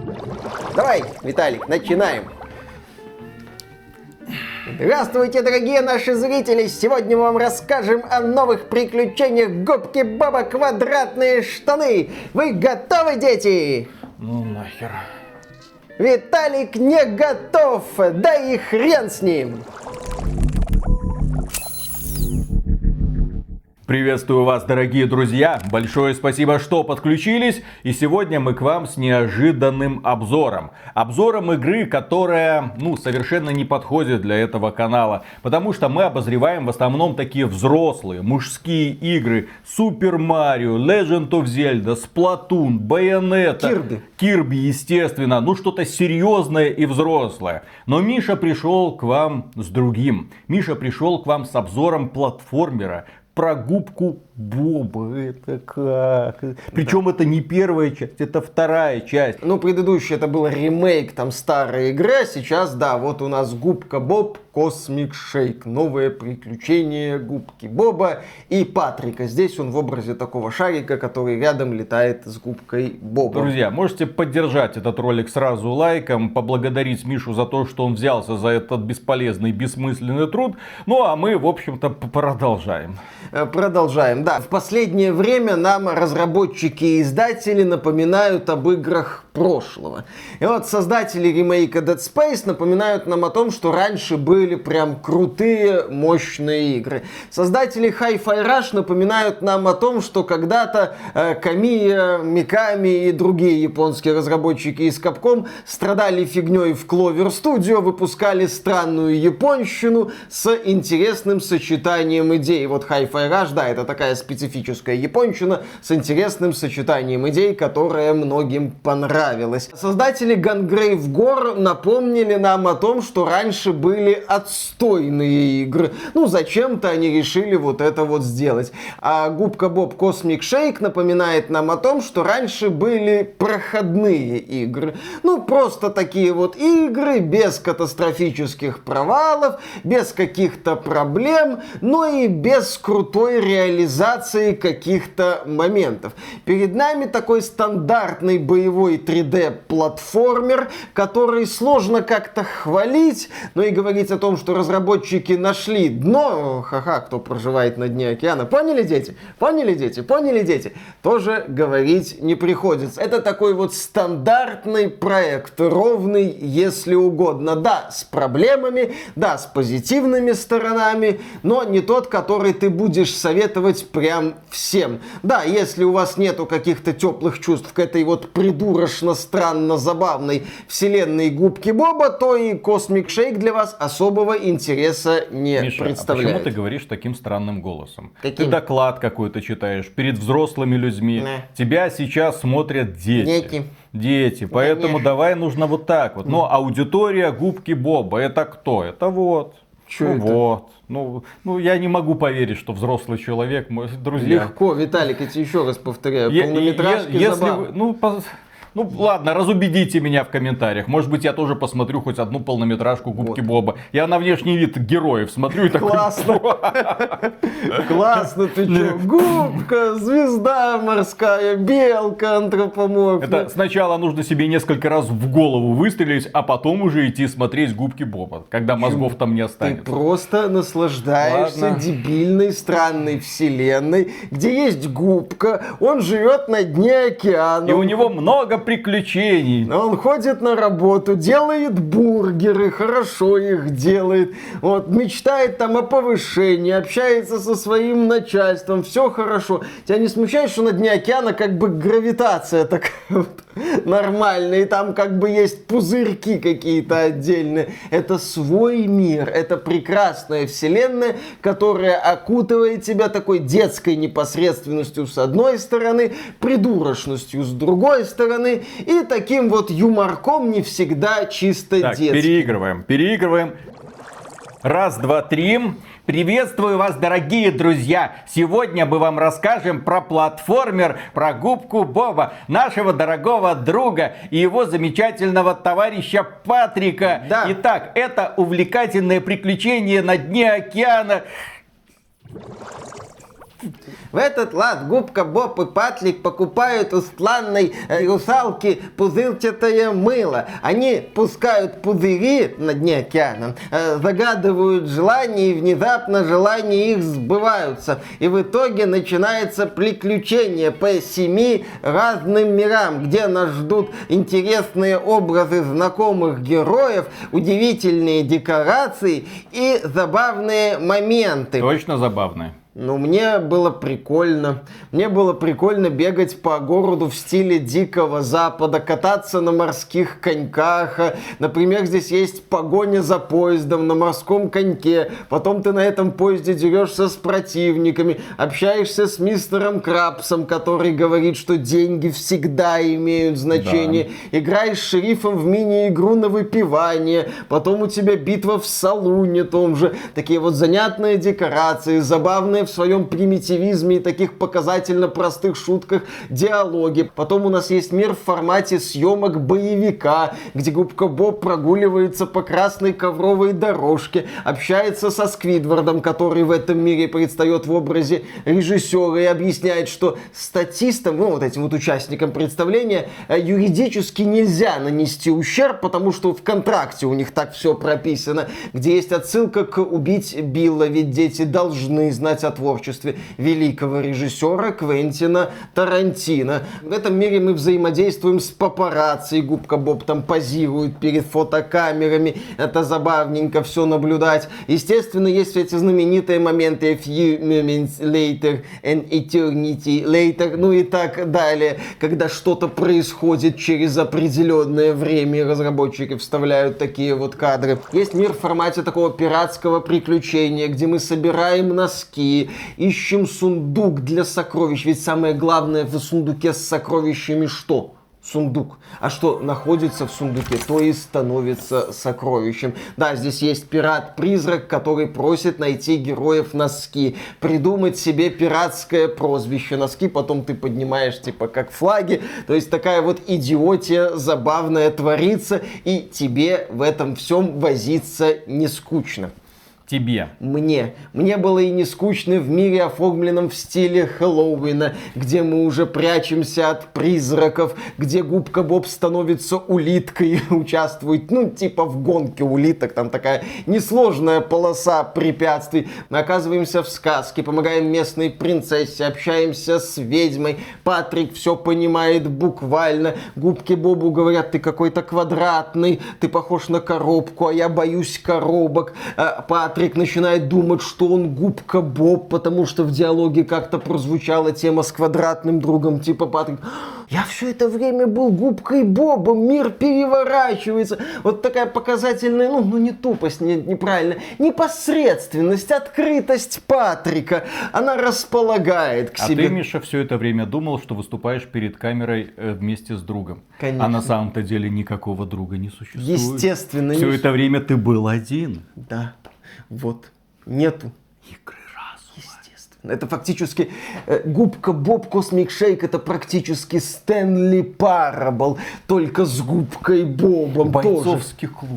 Давай, Виталик, начинаем. Здравствуйте, дорогие наши зрители! Сегодня мы вам расскажем о новых приключениях Губки Боба «Квадратные штаны». Вы готовы, дети? Ну нахер. Виталик не готов, да и хрен с ним. Приветствую вас, дорогие друзья! Большое спасибо, что подключились. И сегодня мы к вам с неожиданным обзором. Обзором игры, которая, совершенно не подходит для этого канала. Потому что мы обозреваем в основном такие взрослые, мужские игры. Super Mario, Legend of Zelda, Splatoon, Bayonetta. Kirby, естественно. Что-то серьезное и взрослое. Но Миша пришел к вам с другим. Миша пришел к вам с обзором платформера. Про Губку Боба, это как? Причем это не первая часть, это вторая часть. Предыдущий это был ремейк старой игры, а сейчас, вот у нас Губка Боб Космик Шейк. Новое приключение Губки Боба и Патрика. Здесь он в образе такого шарика, который рядом летает с Губкой Бобом. Друзья, можете поддержать этот ролик сразу лайком, поблагодарить Мишу за то, что он взялся за этот бесполезный, бессмысленный труд. А мы, в общем-то, продолжаем. Продолжаем. Да, в последнее время нам разработчики и издатели напоминают об играх прошлого. И создатели ремейка Dead Space напоминают нам о том, что раньше были прям крутые, мощные игры. Создатели Hi-Fi Rush напоминают нам о том, что когда-то Kamiya, Mikami и другие японские разработчики из Capcom страдали фигней в Clover Studio, выпускали странную японщину с интересным сочетанием идей. Hi-Fi Rush, это такая специфическая японщина с интересным сочетанием идей, которая многим понравилась. Создатели Gungrave Gore напомнили нам о том, что раньше были отстойные игры. Зачем-то они решили это сделать. А Губка Боб Космик Шейк напоминает нам о том, что раньше были проходные игры. Просто такие игры без катастрофических провалов, без каких-то проблем, но и без крутой реализации каких-то моментов. Перед нами такой стандартный боевой 3D-платформер, который сложно как-то хвалить, но и говорить о том, что разработчики нашли дно, кто проживает на дне океана. Поняли, дети? Поняли, дети? Поняли, дети? Тоже говорить не приходится. Это такой стандартный проект, ровный, если угодно. Да, с проблемами, да, с позитивными сторонами, но не тот, который ты будешь советовать прям всем. Да, если у вас нету каких-то теплых чувств к этой придурочно-странно-забавной вселенной Губки Боба, то и Космик Шейк для вас особого интереса не представляет. А почему ты говоришь таким странным голосом? Каким? Ты доклад какой-то читаешь перед взрослыми людьми. Тебя сейчас смотрят дети. Дети. Поэтому давай нужно так. Аудитория Губки Боба. Это кто? Это Что это? Я не могу поверить, что взрослый человек, друзья. Легко, Виталик, я тебе еще раз повторяю. Полнометражки забавы. Ладно, разубедите меня в комментариях. Может быть, я тоже посмотрю хоть одну полнометражку Губки Боба. Я на внешний вид героев смотрю и такой... Классно. Классно, ты че? Губка, звезда морская, белка, антропоморфная. Это сначала нужно себе несколько раз в голову выстрелить, а потом уже идти смотреть Губки Боба, когда мозгов там не останется. Ты просто наслаждаешься дебильной, странной вселенной, где есть губка, он живет на дне океана. И у него много приключений. Он ходит на работу, делает бургеры, хорошо их делает, мечтает о повышении, общается со своим начальством, все хорошо. Тебя не смущает, что на дне океана гравитация такая нормальная, и там есть пузырьки какие-то отдельные. Это свой мир, это прекрасная вселенная, которая окутывает тебя такой детской непосредственностью с одной стороны, придурочностью с другой стороны, и таким юморком не всегда чисто детским. Переигрываем. Раз, два, три. Приветствую вас, дорогие друзья! Сегодня мы вам расскажем про платформер, про Губку Боба, нашего дорогого друга и его замечательного товарища Патрика. Да. Итак, это увлекательное приключение на дне океана. В этот лад Губка Боб и Патрик покупают у странной русалки пузырчатое мыло. Они пускают пузыри на дне океана, загадывают желания, и внезапно желания их сбываются. И в итоге начинается приключение по 7 разным мирам, где нас ждут интересные образы знакомых героев, удивительные декорации и забавные моменты. Точно забавно. Ну, мне было прикольно. Мне было прикольно бегать по городу в стиле Дикого Запада, кататься на морских коньках. Например, здесь есть погоня за поездом на морском коньке. Потом ты на этом поезде дерешься с противниками, общаешься с мистером Крабсом, который говорит, что деньги всегда имеют значение. Да. Играешь с шерифом в мини-игру на выпивание. Потом у тебя битва в салуне том же. Такие вот занятные декорации, забавные в своем примитивизме и таких показательно простых шутках диалоги. Потом у нас есть мир в формате съемок боевика, где Губка Боб прогуливается по красной ковровой дорожке, общается со Сквидвардом, который в этом мире предстает в образе режиссера и объясняет, что статистам, ну вот этим вот участникам представления, юридически нельзя нанести ущерб, потому что в контракте у них так все прописано, где есть отсылка к «Убить Билла», ведь дети должны знать о творчестве великого режиссера Квентина Тарантино. В этом мире мы взаимодействуем с папарацци, и Губка Боб там позирует перед фотокамерами. Это забавненько все наблюдать. Естественно, есть эти знаменитые моменты A few moments later, an eternity later, ну и так далее. Когда что-то происходит через определенное время, и разработчики вставляют такие вот кадры. Есть мир в формате такого пиратского приключения, где мы собираем носки, ищем сундук для сокровищ. Ведь самое главное в сундуке с сокровищами что? Сундук. А что находится в сундуке, то и становится сокровищем. Да, здесь есть пират-призрак, который просит найти героев носки, придумать себе пиратское прозвище носки, потом ты поднимаешь типа как флаги. То есть такая вот идиотия забавная творится, и тебе в этом всем возиться не скучно. Тебе. Мне было и не скучно в мире, оформленном в стиле Хэллоуина, где мы уже прячемся от призраков, где Губка Боб становится улиткой, участвует, ну, типа в гонке улиток, там такая несложная полоса препятствий. Мы оказываемся в сказке, помогаем местной принцессе, общаемся с ведьмой. Патрик все понимает буквально. Губке Бобу говорят: ты какой-то квадратный, ты похож на коробку, а я боюсь коробок. Патрик начинает думать, что он Губка Боб, потому что в диалоге как-то прозвучала тема с квадратным другом, типа Патрик: я все это время был Губкой Бобом, мир переворачивается. Вот такая показательная, ну не тупость, неправильно, непосредственность, открытость Патрика, она располагает к себе. А ты, Миша, все это время думал, что выступаешь перед камерой вместе с другом. Конечно. А на самом-то деле никакого друга не существует. Естественно. Все это время ты был один. Да. Вот. Нету игры разума. Естественно. Это фактически Губка Боб Космик Шейк, это практически Стэнли Парабл, только с Губкой Бобом. Бойцовский клуб.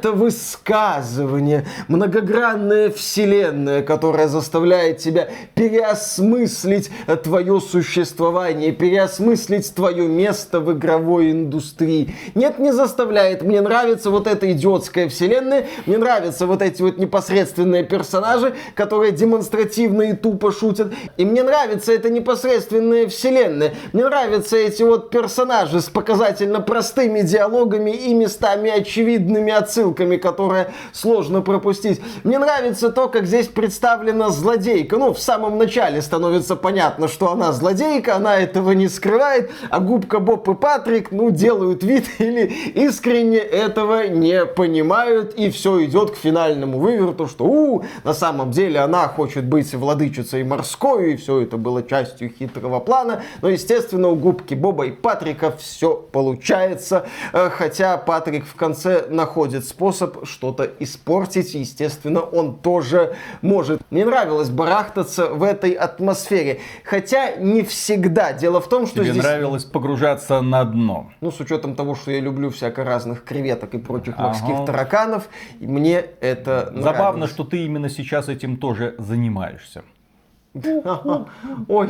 Метавысказывание, многогранная вселенная, которая заставляет тебя переосмыслить твое существование, переосмыслить твое место в игровой индустрии. Нет, не заставляет. Мне нравится вот эта идиотская вселенная, мне нравятся вот эти вот непосредственные персонажи, которые демонстративно и тупо шутят. И мне нравится эта непосредственная вселенная. Мне нравятся эти вот персонажи с показательно простыми диалогами и местами очевидными отсылками, которые сложно пропустить. Мне нравится то, как здесь представлена злодейка. Ну, в самом начале становится понятно, что она злодейка, она этого не скрывает, а Губка Боб и Патрик, ну, делают вид или искренне этого не понимают, и все идет к финальному выверту, что на самом деле она хочет быть владычицей морской, и все это было частью хитрого плана. Но, естественно, у Губки Боба и Патрика все получается, хотя Патрик в конце находит способ что-то испортить, естественно, он тоже может. Мне нравилось барахтаться в этой атмосфере, хотя не всегда. Дело в том, что Тебе здесь... нравилось погружаться на дно. Ну, с учетом того, что я люблю всяко разных креветок и прочих морских тараканов, мне это нравилось. Забавно, что ты именно сейчас этим тоже занимаешься. Ой,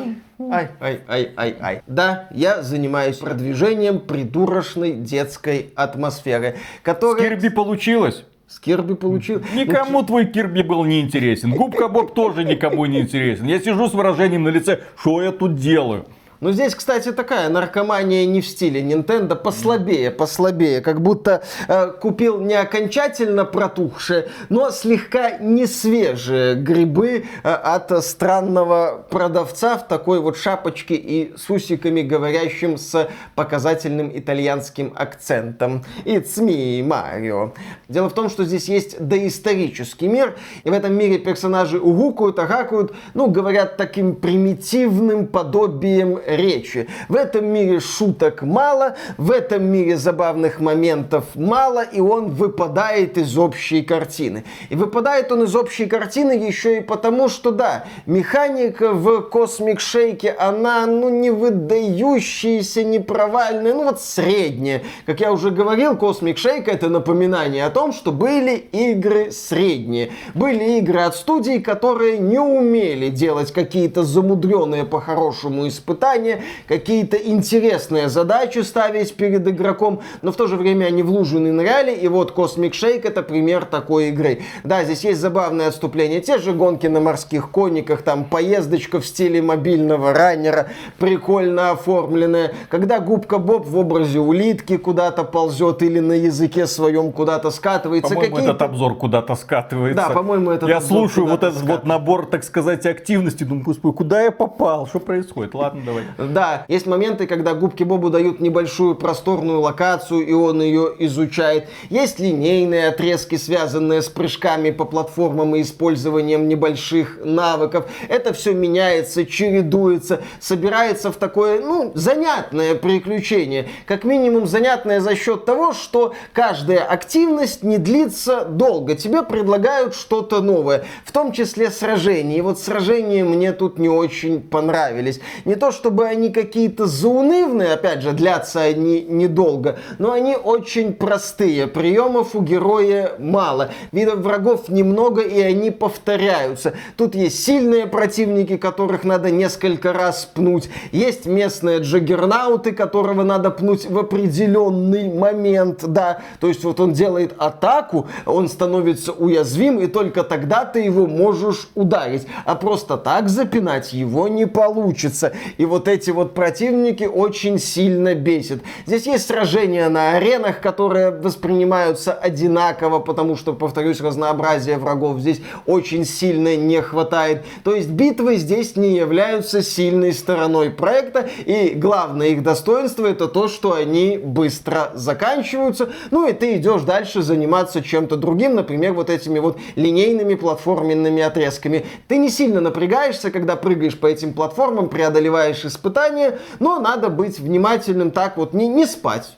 ай. Да, я занимаюсь продвижением придурочной детской атмосферы, С которая... Кирби получилось? С Кирби получил. Никому твой Кирби был не интересен. Губка Боб тоже никому не интересен. Я сижу с выражением на лице, что я тут делаю? Но здесь, кстати, такая наркомания не в стиле Nintendo, послабее. Как будто купил не окончательно протухшие, но слегка не свежие грибы от странного продавца в такой вот шапочке и с усиками, говорящим с показательным итальянским акцентом. It's me, Mario. Дело в том, что здесь есть доисторический мир, и в этом мире персонажи угукают, агакают, ну, говорят таким примитивным подобием речи. В этом мире шуток мало, в этом мире забавных моментов мало, и он выпадает из общей картины. И выпадает он из общей картины еще и потому, что, да, механика в Cosmic Shake, она, ну, не выдающаяся, не провальная, ну, вот средняя. Как я уже говорил, Cosmic Shake — это напоминание о том, что были игры средние. Были игры от студий, которые не умели делать какие-то замудренные по-хорошему испытания, какие-то интересные задачи ставить перед игроком, но в то же время они в лужу не ныряли, и вот Cosmic Shake — это пример такой игры. Да, здесь есть забавные отступления, те же гонки на морских кониках, там поездочка в стиле мобильного раннера, прикольно оформленная, когда губка Боб в образе улитки куда-то ползет или на языке своем куда-то скатывается. По-моему, этот обзор куда-то скатывается. Да, по-моему, этот Я обзор слушаю вот этот скатывается. вот набор, так сказать, активности, думаю, господи, куда я попал? Что происходит? Ладно, давай. Да, есть моменты, когда губке Бобу дают небольшую просторную локацию, и он ее изучает. Есть линейные отрезки, связанные с прыжками по платформам и использованием небольших навыков. Это все меняется, чередуется, собирается в такое, ну, занятное приключение. Как минимум занятное за счет того, что каждая активность не длится долго. Тебе предлагают что-то новое, в том числе сражения. И вот сражения мне тут не очень понравились. Не то чтобы они какие-то заунывные, опять же, длятся они недолго, но они очень простые. Приемов у героя мало. Видов врагов немного, и они повторяются. Тут есть сильные противники, которых надо несколько раз пнуть. Есть местные джаггернауты, которого надо пнуть в определенный момент. Да, то есть вот он делает атаку, он становится уязвим, и только тогда ты его можешь ударить. А просто так запинать его не получится. И вот эти вот противники очень сильно бесят. Здесь есть сражения на аренах, которые воспринимаются одинаково, потому что, повторюсь, разнообразия врагов здесь очень сильно не хватает. То есть битвы здесь не являются сильной стороной проекта, и главное их достоинство — это то, что они быстро заканчиваются, ну и ты идешь дальше заниматься чем-то другим, например, вот этими вот линейными платформенными отрезками. Ты не сильно напрягаешься, когда прыгаешь по этим платформам, преодолеваешь испытания, но надо быть внимательным, так вот не спать,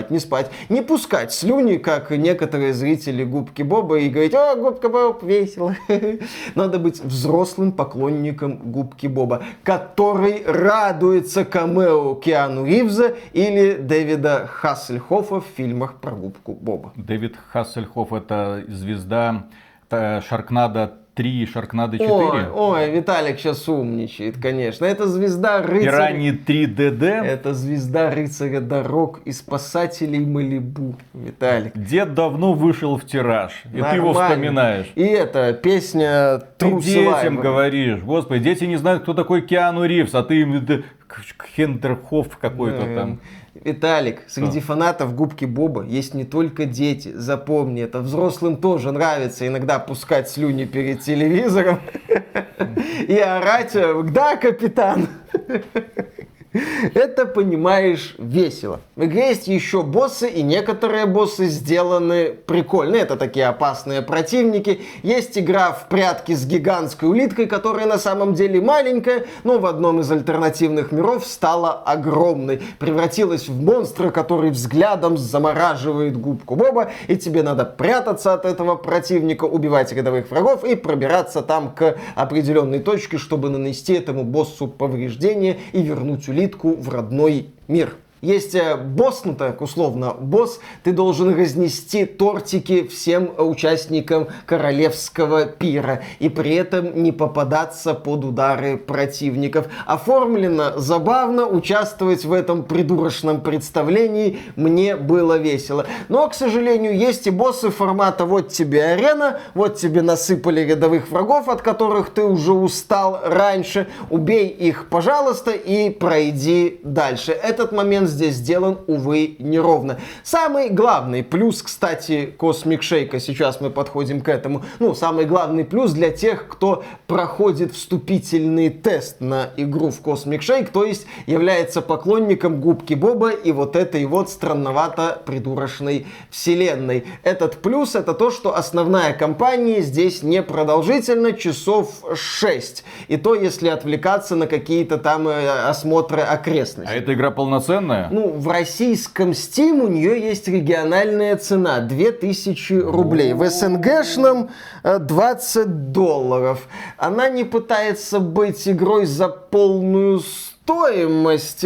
не пускать слюни, как некоторые зрители Губки Боба, и говорить: «О, Губка Боб, весело». Надо быть взрослым поклонником Губки Боба, который радуется камео Киану Ривза или Дэвида Хассельхоффа в фильмах про Губку Боба. Дэвид Хассельхофф — это звезда Шаркнадо 3 и Шаркнадо 4. Ой, Виталик сейчас умничает, конечно. Это звезда рыцаря. Пираньи 3 ДД. Это звезда рыцаря дорог и спасателей Малибу, Виталик. Дед давно вышел в тираж, и ты его вспоминаешь. И это песня Ты True детям Survivor. говоришь, господи, дети не знают, кто такой Киану Ривз, а ты им Хендерхоф какой-то там. Виталик, среди фанатов Губки Боба есть не только дети, запомни, это взрослым тоже нравится иногда пускать слюни перед телевизором и орать: «Да, капитан!» Это, понимаешь, весело. В игре есть еще боссы, и некоторые боссы сделаны прикольно. Это такие опасные противники. Есть игра в прятки с гигантской улиткой, которая на самом деле маленькая, но в одном из альтернативных миров стала огромной. Превратилась в монстра, который взглядом замораживает Губку Боба, и тебе надо прятаться от этого противника, убивать рядовых врагов и пробираться там к определенной точке, чтобы нанести этому боссу повреждения и вернуть улитку в родной мир. Есть босс, ну так условно босс, ты должен разнести тортики всем участникам королевского пира и при этом не попадаться под удары противников. Оформлено забавно, участвовать в этом придурочном представлении мне было весело. Но, к сожалению, есть и боссы формата вот тебе арена, вот тебе насыпали рядовых врагов, от которых ты уже устал раньше, убей их, пожалуйста, и пройди дальше. Этот момент здесь сделан, увы, неровно. Самый главный плюс, кстати, Cosmic Shake, сейчас мы подходим к этому, ну, самый главный плюс для тех, кто проходит вступительный тест на игру в Cosmic Shake, то есть является поклонником Губки Боба и вот этой вот странновато-придурочной вселенной. Этот плюс — это то, что основная кампания здесь не продолжительна, часов 6. И то, если отвлекаться на какие-то там осмотры окрестностей. А эта игра полноценная? Ну, в российском Steam у нее есть региональная цена 2000 рублей. В СНГшном $20. Она не пытается быть игрой за полную стоимость,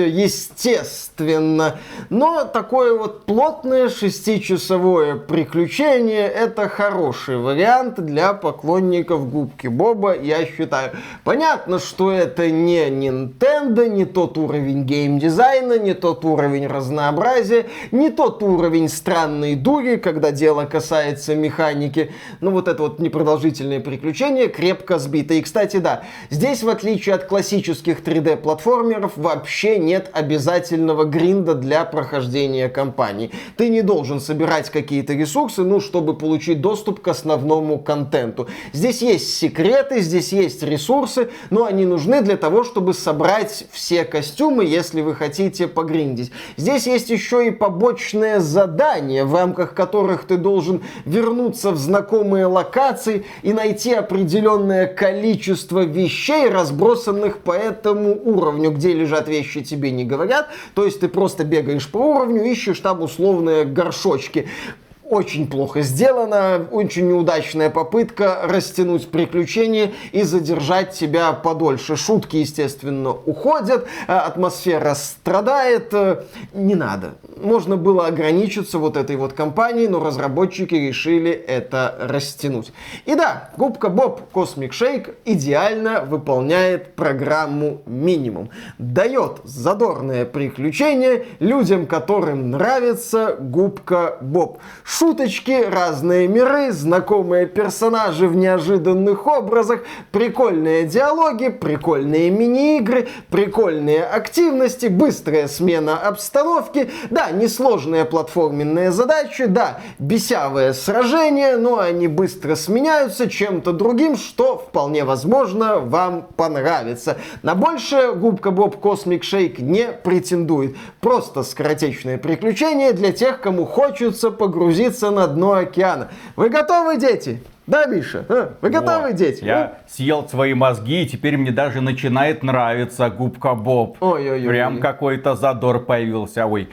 естественно, но такое вот плотное 6-часовое приключение — это хороший вариант для поклонников Губки Боба, я считаю. Понятно, что это не Nintendo, не тот уровень геймдизайна, не тот уровень разнообразия, не тот уровень странной дури, когда дело касается механики, но вот это вот непродолжительное приключение крепко сбито. И, кстати, да, здесь, в отличие от классических 3D-платформ, вообще нет обязательного гринда для прохождения кампании. Ты не должен собирать какие-то ресурсы, ну, чтобы получить доступ к основному контенту. Здесь есть секреты, здесь есть ресурсы, но они нужны для того, чтобы собрать все костюмы, если вы хотите погриндить. Здесь есть еще и побочные задания, в рамках которых ты должен вернуться в знакомые локации и найти определенное количество вещей, разбросанных по этому уровню. Где лежат вещи, тебе не говорят. То есть ты просто бегаешь по уровню, ищешь там условные горшочки. Очень плохо сделано, очень неудачная попытка растянуть приключения и задержать тебя подольше. Шутки, естественно, уходят, атмосфера страдает. Не надо. Можно было ограничиться вот этой вот кампанией, но разработчики решили это растянуть. И да, Губка Боб Cosmic Shake идеально выполняет программу минимум. Дает задорное приключение людям, которым нравится Губка Боб. Шуточки, разные миры, знакомые персонажи в неожиданных образах, прикольные диалоги, прикольные мини-игры, прикольные активности, быстрая смена обстановки, да, несложные платформенные задачи, да, бесявые сражения, но они быстро сменяются чем-то другим, что вполне возможно вам понравится. На большее Губка Боб Cosmic Shake не претендует. Просто скоротечное приключение для тех, кому хочется погрузиться на дно океана. Вы готовы, дети? Да, Миша? Вы готовы, дети? Я съел свои мозги, и теперь мне даже начинает нравиться Губка Боб. Ой-ой-ой. Прям какой-то задор появился. Ой.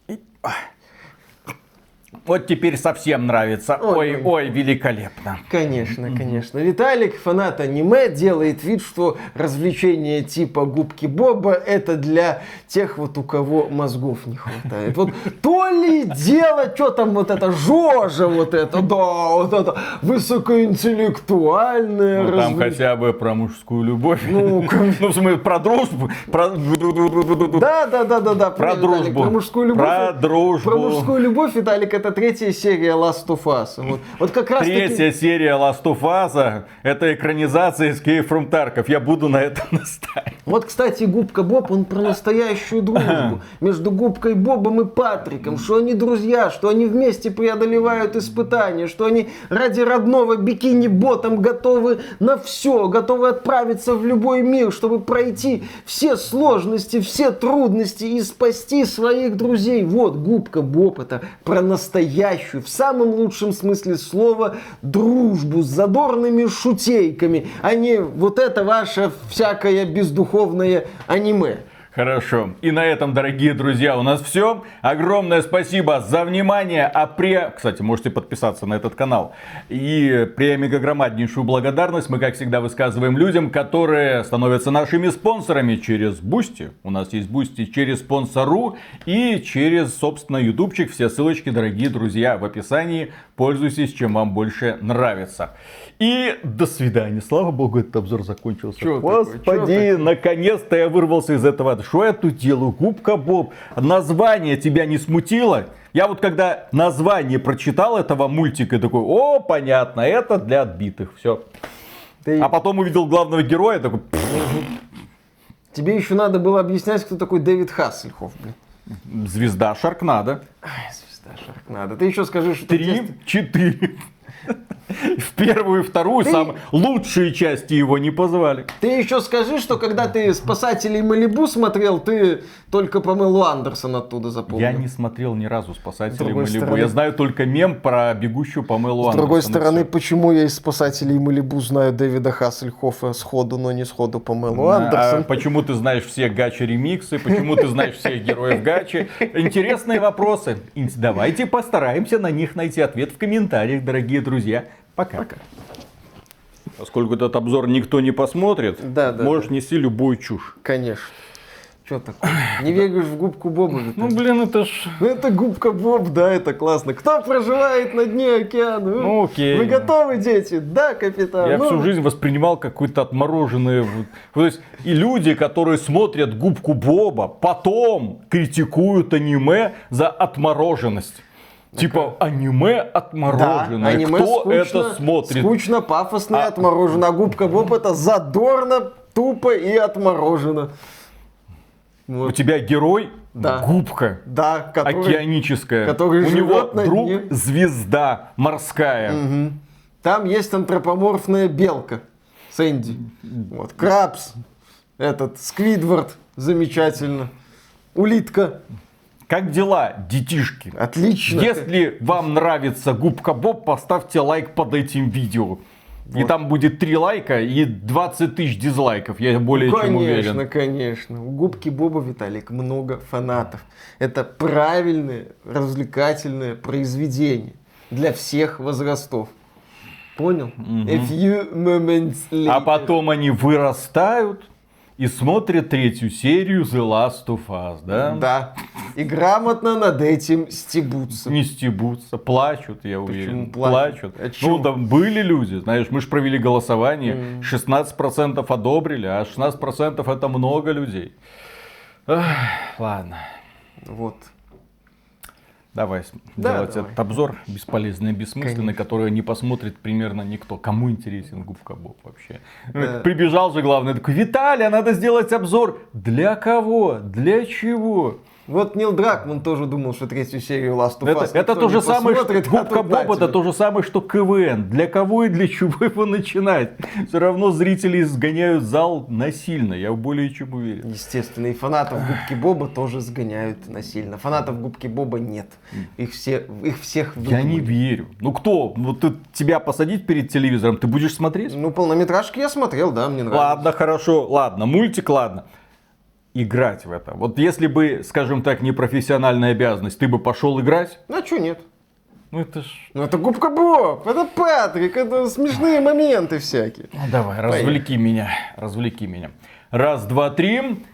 Вот теперь совсем нравится. Ой, великолепно. Конечно, конечно. Виталик, фанат аниме, делает вид, что развлечение типа Губки Боба — это для тех вот, у кого мозгов не хватает. Вот то ли дело, что там вот это Жожа, вот это, да, вот это высокоинтеллектуальное Ну, там хотя бы про мужскую любовь. Ну, в смысле, про дружбу. Да. Про дружбу. Про мужскую любовь. Про дружбу. Про мужскую любовь, Виталик, это третья серия Last of Us. Вот как раз Третья серия Last of Us — это экранизация Escape from Tarkov. Я буду на этом настаивать. Вот, кстати, Губка Боб, он про настоящую дружбу между Губкой Бобом и Патриком, что они друзья, что они вместе преодолевают испытания, что они ради родного бикини-ботом готовы на все, готовы отправиться в любой мир, чтобы пройти все сложности, все трудности и спасти своих друзей. Вот, Губка Боб — это про настоящую, в самом лучшем смысле слова, дружбу с задорными шутейками, а не вот это ваше всякое бездуховное аниме. Хорошо. И на этом, дорогие друзья, у нас все. Огромное спасибо за внимание. Кстати, можете подписаться на этот канал. И при мегагромаднейшую благодарность мы, как всегда, высказываем людям, которые становятся нашими спонсорами через Boosty. У нас есть Boosty через спонсору и через, собственно, ютубчик. Все ссылочки, дорогие друзья, в описании. Пользуйтесь, чем вам больше нравится. И до свидания. Слава богу, этот обзор закончился. Господи, наконец-то я вырвался из этого. Что я тут делаю? Губка Боб. Название тебя не смутило? Я вот когда название прочитал этого мультика, такой, о, понятно, это для отбитых. Все. А потом увидел главного героя, такой... Тебе еще надо было объяснять, кто такой Дэвид Хассельхофф, блин. Звезда Шаркнадо. Звезда Шаркнадо. Ты еще скажи, что... 3-4. В первую и вторую, самые лучшие части его не позвали. Ты еще скажи, что когда ты «Спасателей Малибу» смотрел, ты только Памелу Андерсон оттуда запомнил. Я не смотрел ни разу «Спасателей Малибу». Я знаю только мем про бегущую Памелу Андерсон. С другой стороны, почему я из «Спасателей Малибу» знаю Дэвида Хассельхоффа сходу, но не сходу Памелу Андерсон? Почему ты знаешь все гача-ремиксы? Почему ты знаешь всех героев гачи? Интересные вопросы. Давайте постараемся на них найти ответ в комментариях, дорогие друзья. Пока. Поскольку этот обзор никто не посмотрит, можешь нести любую чушь. Конечно. Что такое? Не веришь в губку Боба? Ну, блин, это ж... Ну, это губка Боб, да, это классно. Кто проживает на дне океана? Ну, окей. Вы готовы, дети? Да, капитан. Я всю жизнь воспринимал какой-то отмороженный... То есть, и люди, которые смотрят губку Боба, потом критикуют аниме за отмороженность. Типа аниме отмороженное. Да, аниме кто скучно, это смотрит? Скучно, пафосно и отморожено. А губка Боб это задорно, тупо и отморожено. Вот. У тебя герой губка океаническая. Который у него на друг дне. Звезда морская. Угу. Там есть антропоморфная белка. Сэнди. Вот. Крабс. Этот Сквидвард. Замечательно. Улитка. Как дела, детишки? Отлично. Если вам нравится губка Боб, поставьте лайк под этим видео. Вот. И там будет 3 лайка и 20 тысяч дизлайков, я более чем уверен. Конечно. У губки Боба, Виталик, много фанатов. Это правильное, развлекательное произведение для всех возрастов. Понял? A few moments later. А потом они вырастают и смотрят 3-ю серию The Last of Us, да? Да. И грамотно над этим стебутся. Не стебутся, плачут, я уверен. Почему плачут? Ну, там были люди, знаешь, мы же провели голосование, 16% одобрили, а 16% это много людей. Ах, ладно. Вот. Давай делать этот обзор бесполезный и бессмысленный, который не посмотрит примерно никто. Кому интересен губка Боб вообще? Прибежал же главный, такой, Виталий, надо сделать обзор. Для кого? Для чего? Вот Нил Дракман тоже думал, что 3-ю серию Last of Us это то же самое, что губка Боб, это то же самое, что КВН. Для кого и для чего его начинать? Все равно зрители сгоняют зал насильно, я более чем уверен. Естественно, и фанатов губки Боба тоже сгоняют насильно. Фанатов губки Боба нет. Их всех выгнали. Я не верю. Ну кто? Вот тебя посадить перед телевизором, ты будешь смотреть? Ну, полнометражки я смотрел, да, мне нравится. Ладно, хорошо, ладно, мультик, ладно. Играть в это. Вот если бы, скажем так, не профессиональная обязанность, ты бы пошел играть? А чё нет? Ну это ж... Ну это губка Боб, это Патрик, это смешные моменты всякие. Ну давай, развлеки меня. Раз, два, три.